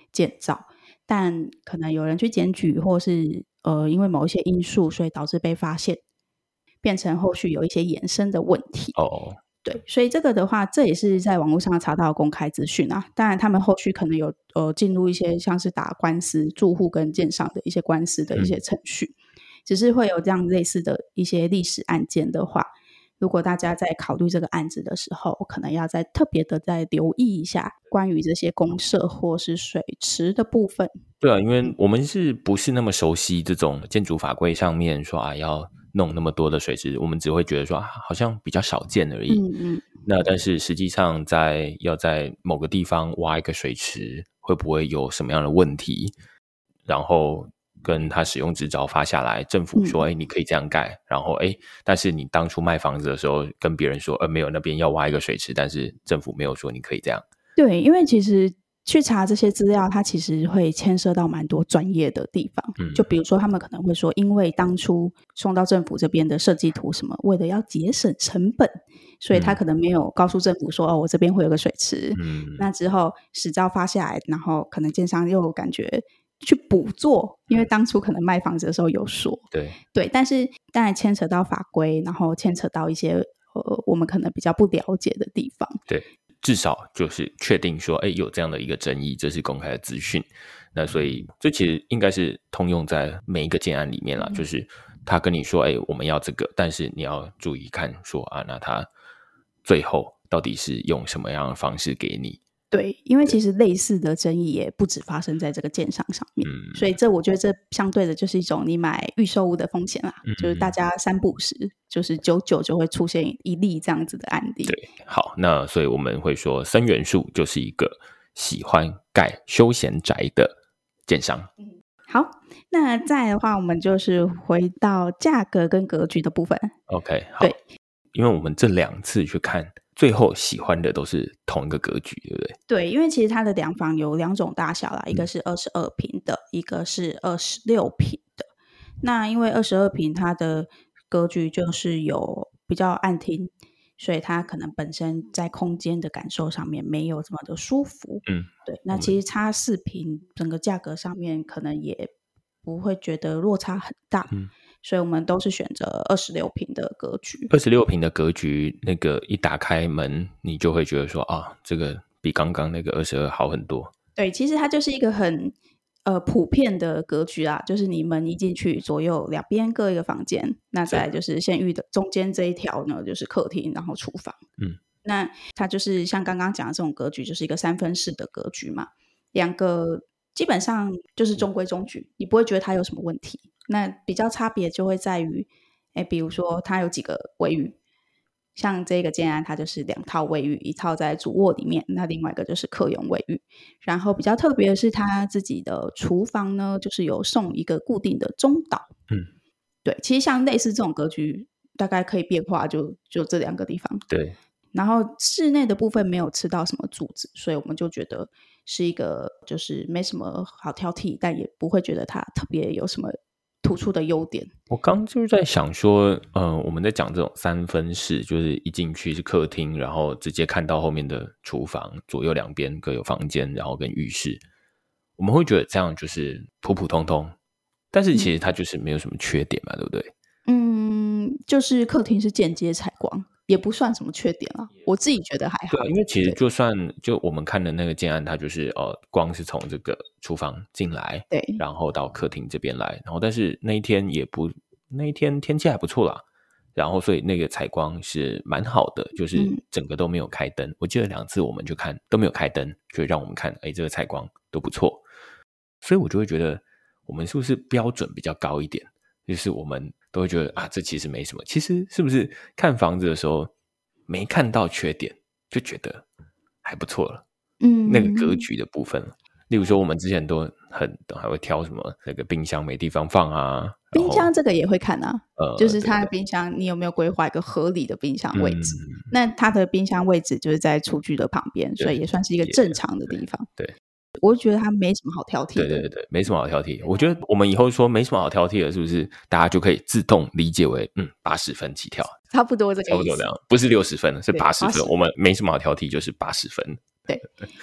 建造，但可能有人去检举，或是呃因为某一些因素，所以导致被发现，变成后续有一些衍生的问题。 哦， 对，所以这个的话，这也是在网络上查到的公开资讯啊。当然，他们后续可能有呃进入一些像是打官司、住户跟建商的一些官司的一些程序，嗯、只是会有这样类似的一些历史案件的话，如果大家在考虑这个案子的时候，可能要再特别的再留意一下关于这些公设或是水池的部分。 对啊，因为我们是不是那么熟悉这种建筑法规上面说啊要弄那么多的水池，我们只会觉得说、啊、好像比较少见而已。嗯嗯。那但是实际上在要在某个地方挖一个水池，会不会有什么样的问题？然后跟他使用执照发下来，政府说，哎、嗯，你可以这样盖。然后，哎，但是你当初卖房子的时候，跟别人说，呃，没有，那边要挖一个水池，但是政府没有说你可以这样。 对，因为其实去查这些资料，它其实会牵涉到蛮多专业的地方。嗯，就比如说他们可能会说，因为当初送到政府这边的设计图什么，为了要节省成本，所以他可能没有告诉政府说，哦，我这边会有个水池。嗯，那之后执照发下来，然后可能建商又感觉去补做，因为当初可能卖房子的时候有说， 对对，但是当然牵扯到法规，然后牵扯到一些呃我们可能比较不了解的地方。 对，至少就是确定说，哎，有这样的一个争议，这是公开的资讯。那所以这其实应该是通用在每一个建案里面啦，嗯、就是他跟你说，哎，我们要这个，但是你要注意看说啊，那他最后到底是用什么样的方式给你。 对，因为其实类似的争议也不止发生在这个建商上面，嗯、所以这我觉得这相对的就是一种你买预售屋的风险啦，嗯、就是大家三不五时，就是久久就会出现一例这样子的案例。 对，好，那所以我们会说森元树就是一个喜欢盖休闲宅的建商。 嗯，好，那再来的话，我们就是回到价格跟格局的部分。 OK， 好，对，因为我们这两次去看。最后喜欢的都是同一个格局，对不对？ 对，因为其实它的两房有两种大小啦，一个是二十二坪的，一个是二十六坪的。那因为二十二坪它的格局就是有比较暗厅，所以它可能本身在空间的感受上面没有这么的舒服。嗯，对。那其实差四坪，整个价格上面可能也不会觉得落差很大。嗯。所以我们都是选择二十六坪的格局。 二十六坪的格局，那个一打开门，你就会觉得说啊，这个比刚刚那个二十二好很多。 对，其实它就是一个很呃普遍的格局啦，就是你门一进去，左右两边各一个房间，那再来就是现遇的中间这一条呢，就是客厅，然后厨房。嗯，那它就是像刚刚讲的这种格局，就是一个三分式的格局嘛，两个基本上就是中规中矩，你不会觉得它有什么问题。那比较差别就会在于，哎，比如说它有几个卫浴，像这个建案它就是两套卫浴，一套在主卧里面，那另外一个就是客用卫浴。然后比较特别的是，它自己的厨房呢，就是有送一个固定的中岛。嗯，对，其实像类似这种格局，大概可以变化就就这两个地方。 对。 然后室内的部分没有吃到什么柱子，所以我们就觉得是一个就是没什么好挑剔，但也不会觉得它特别有什么突出的优点。 我刚就是在想说，呃，我们在讲这种三分式，就是一进去是客厅，然后直接看到后面的厨房，左右两边各有房间，然后跟浴室，我们会觉得这样就是普普通通，但是其实它就是没有什么缺点嘛，嗯、对不对？ 嗯，就是客厅是间接采光，也不算什么缺点啦，我自己觉得还好。 对啊，因为其实就算就我们看的那个建案，它就是呃，光是从这个厨房进来， 对， 然后到客厅这边来，然后但是那一天也不那一天天气还不错啦，然后所以那个采光是蛮好的，就是整个都没有开灯。嗯、我记得两次我们就看都没有开灯，就让我们看，哎，这个采光都不错，所以我就会觉得我们是不是标准比较高一点？就是我们都会觉得啊，这其实没什么。其实是不是看房子的时候没看到缺点，就觉得还不错了。嗯，那个格局的部分，例如说我们之前都很还会挑什么那个冰箱没地方放啊， 冰箱这个也会看啊，呃、就是它的冰箱你有没有规划一个合理的冰箱位置？嗯、那它的冰箱位置就是在厨具的旁边，所以也算是一个正常的地方。 对。对， 我觉得它没什么好挑剔的。 对对对，没什么好挑剔。我觉得我们以后说没什么好挑剔的，是不是大家就可以自动理解为嗯八十分起跳？ 差不多这个意思， 差不多这样，不是六十分，是八十分。我们没什么好挑剔，就是八十分。 对。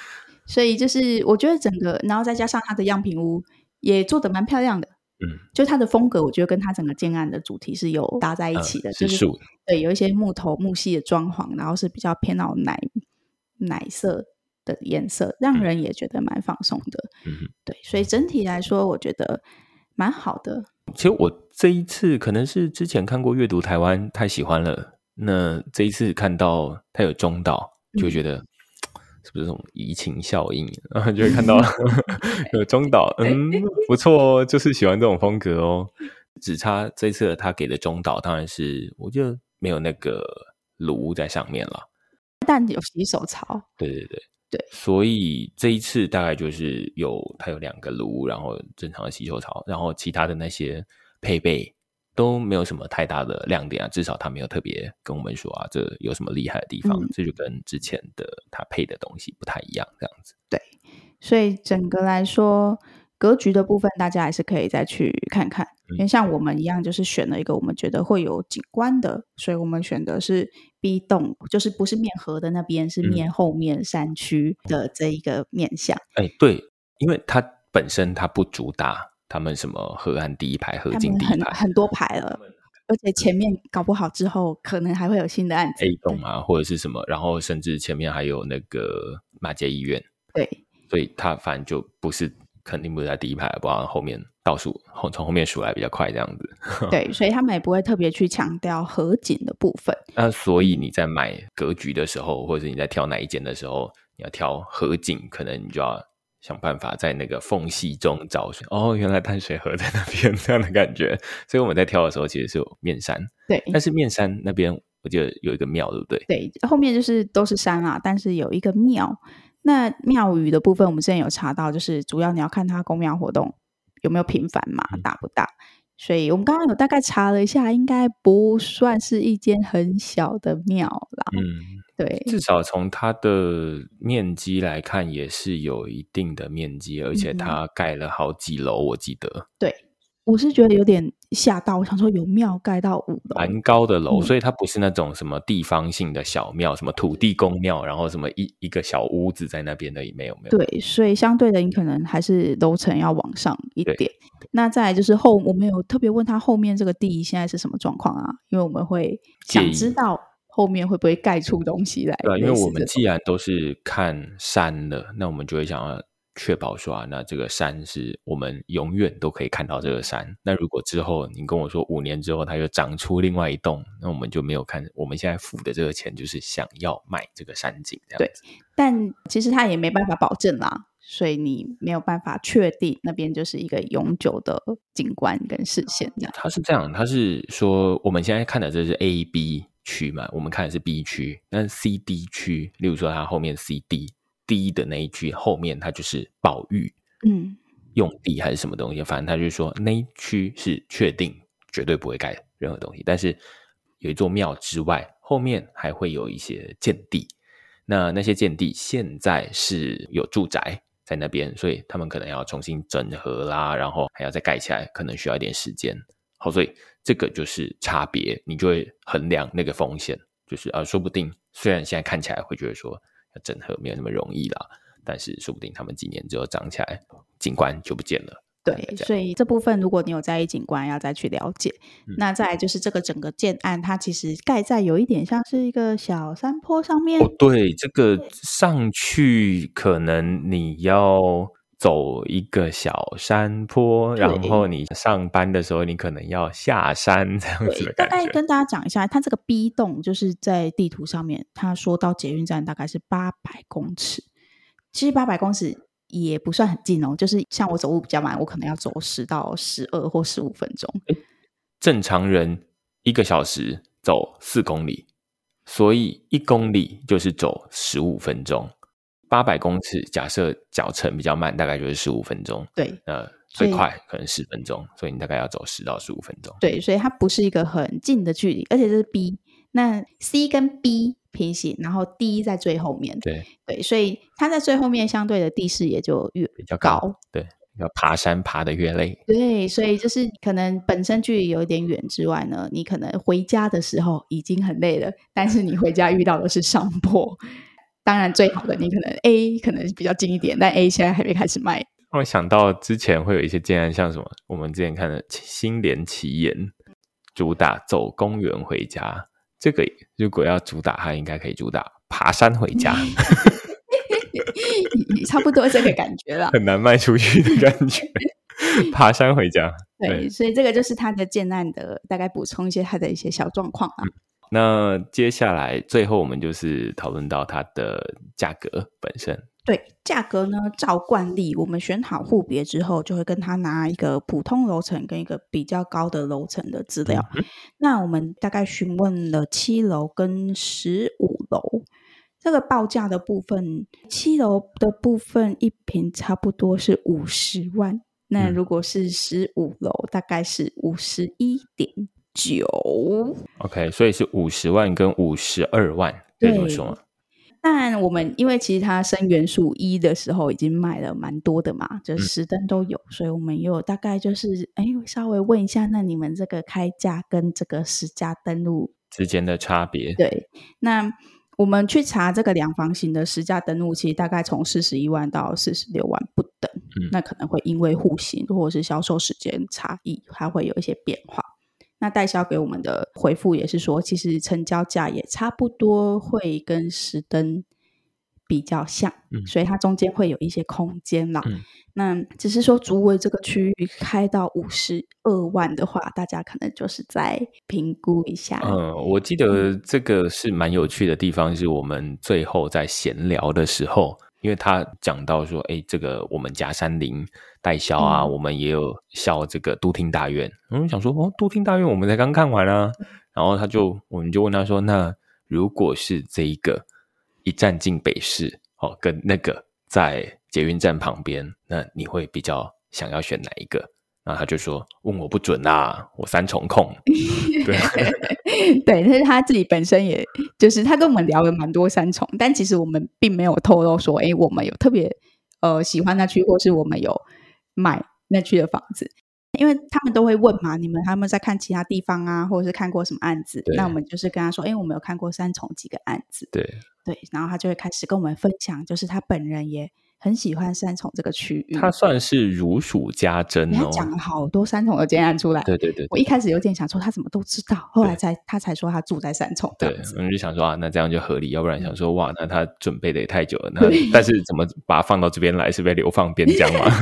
所以就是我觉得整个，然后再加上它的样品屋也做得蛮漂亮的。 嗯， 就它的风格，我觉得跟它整个建案的主题是有搭在一起的， 嗯、 就是树的， 对，有一些木头木系的装潢，然后是比较偏那种奶奶色的颜色，让人也觉得蛮放松的。 嗯， 对，所以整体来说，我觉得蛮好的。 其实我这一次可能是之前看过阅读台湾太喜欢了，那这一次看到它有中岛，就会觉得、嗯、是不是这种移情效应，然后就会看到有中岛，嗯，不错哦，就是喜欢这种风格哦。只差这一次他给的中岛当然是我觉得没有那个炉在上面了， 但有洗手槽。 对对对对， 所以这一次大概就是有它有两个炉，然后正常的洗手槽，然后其他的那些配备都没有什么太大的亮点啊，至少他没有特别跟我们说啊，这有什么厉害的地方，嗯、这就跟之前的他配的东西不太一样，这样子。 对，所以整个来说，格局的部分大家还是可以再去看看，因为像我们一样，就是选了一个我们觉得会有景观的，所以我们选的是 B 栋，就是不是面河的那边，是面后面山区的这一个面向。 哎、嗯，对，因为它本身它不主打他们什么河岸第一排、河景第一排， 很很多排了，而且前面搞不好之后可能还会有新的案子 A 栋啊，或者是什么，然后甚至前面还有那个马偕医院， 对， 所以它反正就不是肯定不是在第一排，不然后面倒数后从后面数来比较快这样子。 对，所以他们也不会特别去强调河景的部分。 那所以你在买格局的时候，或者是你在挑哪一间的时候，你要挑河景，可能你就要想办法在那个缝隙中找水。哦，原来淡水河在那边，这样的感觉。所以我们在挑的时候，其实是有面山， 对， 但是面山那边我记得有一个庙，对不对？ 对，后面就是都是山啦，但是有一个庙。那庙宇的部分，我们之前有查到，就是主要你要看它公庙活动有没有频繁嘛，嗯、大不大。所以我们刚刚有大概查了一下，应该不算是一间很小的庙啦。 嗯， 对， 至少从它的面积来看，也是有一定的面积，而且它盖了好几楼，我记得。 对，我是觉得有点吓到，我想说有庙盖到五楼， 蛮高的楼、 嗯， 所以它不是那种什么地方性的小庙，什么土地公庙，然后什么一一个小屋子在那边的，没有没有。 对，所以相对的，你可能还是楼层要往上一点。那再来就是后，我们有特别问他后面这个地现在是什么状况啊？因为我们会想知道后面会不会盖出东西来。 对、啊，因为我们既然都是看山了，那我们就会想要确保说啊，那这个山是我们永远都可以看到这个山。那如果之后你跟我说五年之后它又长出另外一栋，那我们就没有看。我们现在付的这个钱就是想要买这个山景这样子。 对，但其实它也没办法保证啦，所以你没有办法确定那边就是一个永久的景观跟视线这样。 它是这样，它是说我们现在看的这是 A、B 区嘛，我们看的是 B 区，但 C、D 区，例如说它后面 C、D。D 的那一区后面它就是保育嗯用地还是什么东西，反正它就是说那一区是确定绝对不会盖任何东西，但是有一座庙之外后面还会有一些建地，那那些建地现在是有住宅在那边，所以他们可能要重新整合啦，然后还要再盖起来，可能需要一点时间。好，所以这个就是差别，你就会衡量那个风险，就是啊，说不定虽然现在看起来会觉得说整合没有那么容易啦，但是说不定他们几年之后长起来景观就不见了。 对，所以这部分如果你有在意景观要再去了解、嗯、那再来就是这个整个建案它其实盖在有一点像是一个小山坡上面、 哦、对，这个上去可能你要走一个小山坡，然后你上班的时候你可能要下山这样子的感觉。 大概跟大家讲一下，它这个 B 栋就是在地图上面它说到捷运站大概是八百公尺，其实八百公尺也不算很近哦，就是像我走路比较慢，我可能要走十到十二或十五分钟。 正常人一个小时走四公里，所以一公里就是走十五分钟。八百公尺，假设脚程比较慢，大概就是十五分钟。 对， 呃，最快可能十分钟，所以你大概要走十到十五分钟。 对，所以它不是一个很近的距离，而且这是 B， 那 C 跟 B 平行，然后 D 在最后面。 对对，所以它在最后面相对的地势也就越比较高。对，要爬山爬得越累。 对，所以就是可能本身距离有一点远之外呢，你可能回家的时候已经很累了，但是你回家遇到的是上坡。 当然最好的你可能 A 可能比较近一点，但 A 现在还没开始卖。 我想到之前会有一些建案，像什么我们之前看的新联奇岩，主打走公园回家，这个如果要主打它应该可以主打爬山回家差不多这个感觉啦， 很难卖出去的感觉爬山回家。 对, 对， 所以这个就是它的建案的大概补充一些它的一些小状况啦、 嗯、那接下来最后我们就是讨论到它的价格本身。 对，价格呢，照惯例我们选好户别之后就会跟他拿一个普通楼层跟一个比较高的楼层的资料、嗯、那我们大概询问了七楼跟十五楼，这个报价的部分，七楼的部分一坪差不多是五十万，那如果是十五楼大概是五十一点九。 OK， 所以是五十万跟五十二万，可以这么说吗？ 但我们因为其实它生元素一的时候已经卖了蛮多的嘛，就十灯都有、嗯、所以我们有大概就是哎，稍微问一下，那你们这个开价跟这个实价登录之间的差别。 对，那我们去查这个两房型的实价登录，其实大概从四十一万到四十六万不等、嗯、那可能会因为户型或者是销售时间差异它会有一些变化。那代销给我们的回复也是说，其实成交价也差不多会跟实登比较像、嗯、所以它中间会有一些空间啦、嗯、那只是说竹围这个区域开到五十二万的话，大家可能就是再评估一下。 嗯，我记得这个是蛮有趣的地方，是我们最后在闲聊的时候，因为他讲到说哎，这个我们嘉山林代销啊、嗯、我们也有销这个都厅大院，我们想说哦，都厅大院我们才刚看完啊，然后他就我们就问他说，那如果是这一个一站进北市、哦、跟那个在捷运站旁边，那你会比较想要选哪一个？然后他就说问我不准啊，我三重控对对，但是他自己本身也就是他跟我们聊了蛮多三重，但其实我们并没有透露说诶我们有特别呃喜欢那区，或是我们有买那区的房子，因为他们都会问嘛，你们他们在看其他地方啊，或者是看过什么案子，那我们就是跟他说诶我们有看过三重几个案子， 对对，然后他就会开始跟我们分享，就是他本人也很喜欢三重这个区域， 他算是如数家珍哦， 他讲了好多三重的建案出来。 对对 对, 对， 我一开始有点想说他怎么都知道，后来才他才说他住在三重这样子。 对，我们就想说啊，那这样就合理，要不然想说哇，那他准备的也太久了，那但是怎么把它放到这边来，是被流放边疆吗？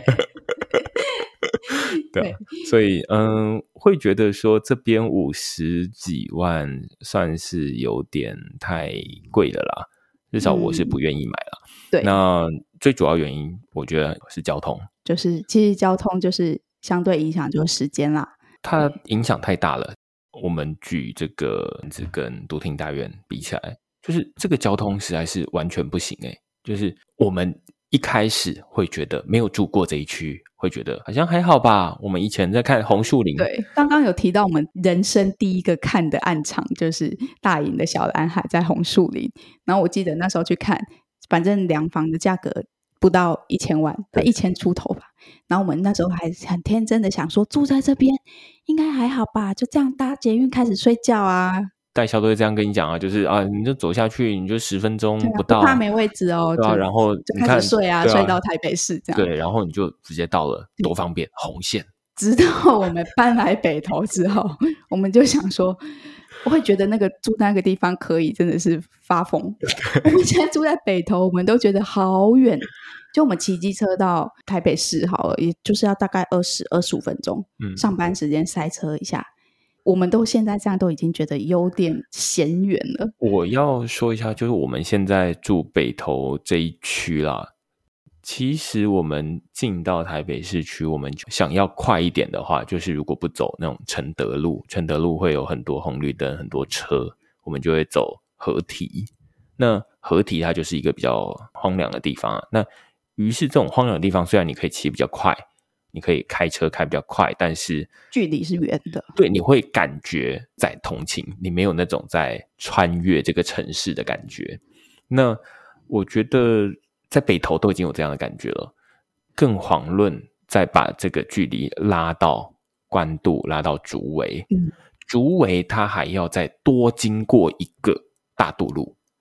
对啊，所以嗯，会觉得说这边五十几万算是有点太贵了啦，至少我是不愿意买啦、嗯、对，那最主要原因我觉得是交通， 就是其实交通就是相对影响就是时间啦， 它影响太大了。我们举这个跟都厅大院比起来，就是这个交通实在是完全不行欸，就是我们一开始会觉得没有住过这一区，会觉得好像还好吧，我们以前在看红树林， 对，刚刚有提到我们人生第一个看的案场就是大营的小蓝海在红树林，然后我记得那时候去看，反正两房的价格不到一千万，一千出头吧，然后我们那时候还很天真的想说住在这边应该还好吧，就这样搭捷运开始睡觉啊， 代销都会这样跟你讲啊，就是啊，你就走下去，你就十分钟不到， 啊、不怕没位置哦， 对啊，然后就开始睡啊， 啊睡到台北市这样， 对，然后你就直接到了，多方便，红线。 直到我们搬来北投之后，我们就想说，我会觉得那个住那个地方可以真的是发疯。我们现在住在北投，我们都觉得好远，就我们骑机车到台北市好了，也就是要大概二十二十五分钟、嗯，上班时间塞车一下，我们都现在这样都已经觉得有点嫌远了。 我要说一下，就是我们现在住北投这一区啦，其实我们进到台北市区，我们想要快一点的话，就是如果不走那种承德路，承德路会有很多红绿灯，很多车，我们就会走河堤。那河堤它就是一个比较荒凉的地方啊，那于是这种荒凉的地方，虽然你可以骑比较快，你可以开车开比较快，但是距离是远的， 对，你会感觉在通勤，你没有那种在穿越这个城市的感觉。那我觉得在北投都已经有这样的感觉了，更遑论再把这个距离拉到关渡，拉到竹围、嗯、竹围它还要再多经过一个大渡路，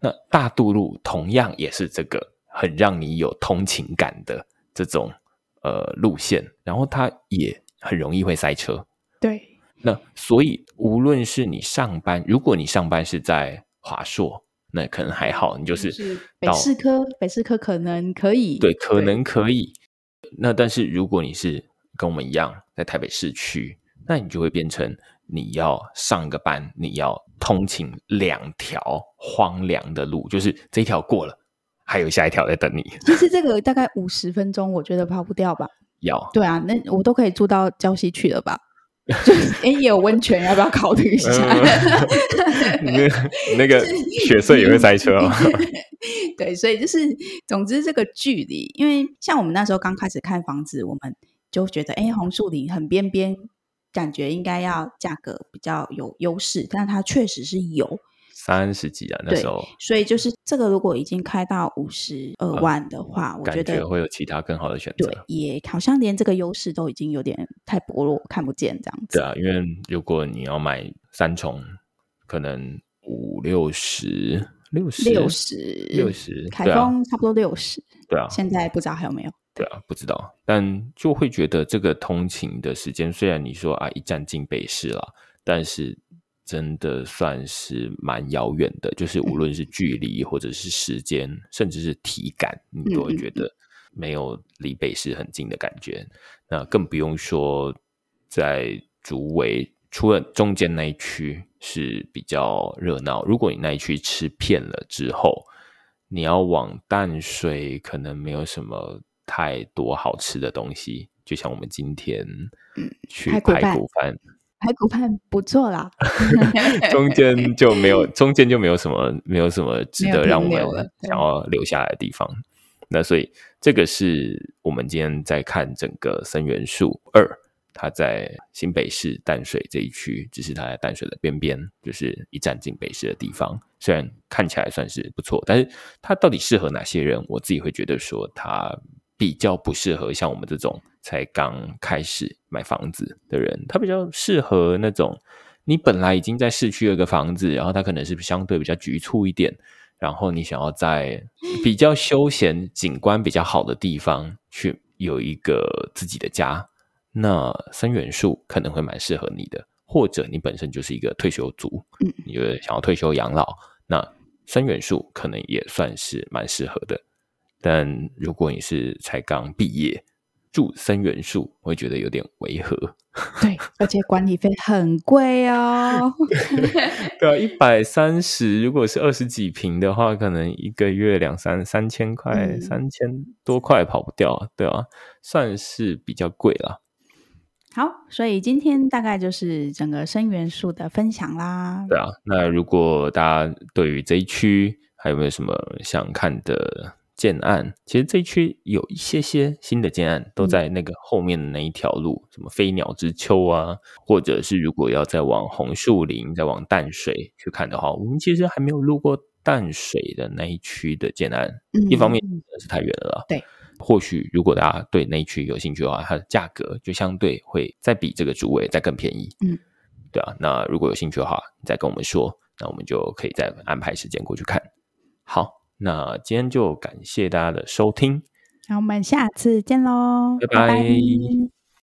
那大渡路同样也是这个很让你有通勤感的这种呃路线，然后它也很容易会塞车。 对， 那所以无论是你上班，如果你上班是在华硕，那可能还好，你就是北市科，北市科可能可以， 对，可能可以。那但是如果你是跟我们一样在台北市区，那你就会变成你要上个班，你要通勤两条荒凉的路，就是这一条过了，还有下一条在等你。 其实这个大概五十分钟，我觉得跑不掉吧。 要对啊，那我都可以住到礁溪去了吧？哎，也有温泉，要不要考虑一下？ 那那个雪隧也会塞车哦。 对，所以就是，总之这个距离，因为像我们那时候刚开始看房子，我们就觉得，哎，红树林很边边，感觉应该要价格比较有优势，但它确实是有。 三十几啊，那时候， 所以就是这个，如果已经开到五十二万的话，呃、我觉得感觉会有其他更好的选择。 对，也好像连这个优势都已经有点太薄弱，看不见这样子。 对啊，因为如果你要买三重，可能五六十、六十、 六十、 六十， 凯丰差不多六十。 对啊， 现在不知道还有没有。 对啊，不知道，但就会觉得这个通勤的时间，虽然你说啊一站进北市啦，但是真的算是蛮遥远的，就是无论是距离或者是时间，嗯、甚至是体感，你都会觉得没有离北市很近的感觉。那更不用说在竹围，除了中间那一区是比较热闹，如果你那一区吃遍了之后，你要往淡水，可能没有什么太多好吃的东西。就像我们今天去排骨饭。 排骨饭不错啦， 中间就没有，中间就没有什么，没有什么值得让我们想要留下来的地方。那所以这个是我们今天在看整个森元树二，它在新北市淡水这一区，只是它在淡水的边边，就是一站进北市的地方。虽然看起来算是不错，但是它到底适合哪些人？我自己会觉得说，它比较不适合像我们这种才刚开始买房子的人，他比较适合那种你本来已经在市区有一个房子，然后它可能是相对比较局促一点，然后你想要在比较休闲景观比较好的地方去有一个自己的家，那森元树可能会蛮适合你的。或者你本身就是一个退休族，你就想要退休养老，那森元树可能也算是蛮适合的。但如果你是才刚毕业住森元树，我会觉得有点违和。 对，而且管理费很贵哦。 对啊，一百三十，如果是二十几坪的话，可能一个月两三三千块，嗯、三千多块跑不掉，对啊，算是比较贵啦。 好，所以今天大概就是整个森元树的分享啦。 对啊，那如果大家对于这一区还有没有什么想看的建案，其实这一区有一些些新的建案都在那个后面的那一条路，嗯、什么飞鸟之丘啊，或者是如果要再往红树林再往淡水去看的话，我们其实还没有路过淡水的那一区的建案，嗯、一方面是太远了啦， 对， 或许如果大家对那一区有兴趣的话，它的价格就相对会再比这个竹围再更便宜，嗯，对啊，那如果有兴趣的话你再跟我们说，那我们就可以再安排时间过去看。好，那今天就感谢大家的收听， 那我们下次见咯， 拜拜。 拜拜。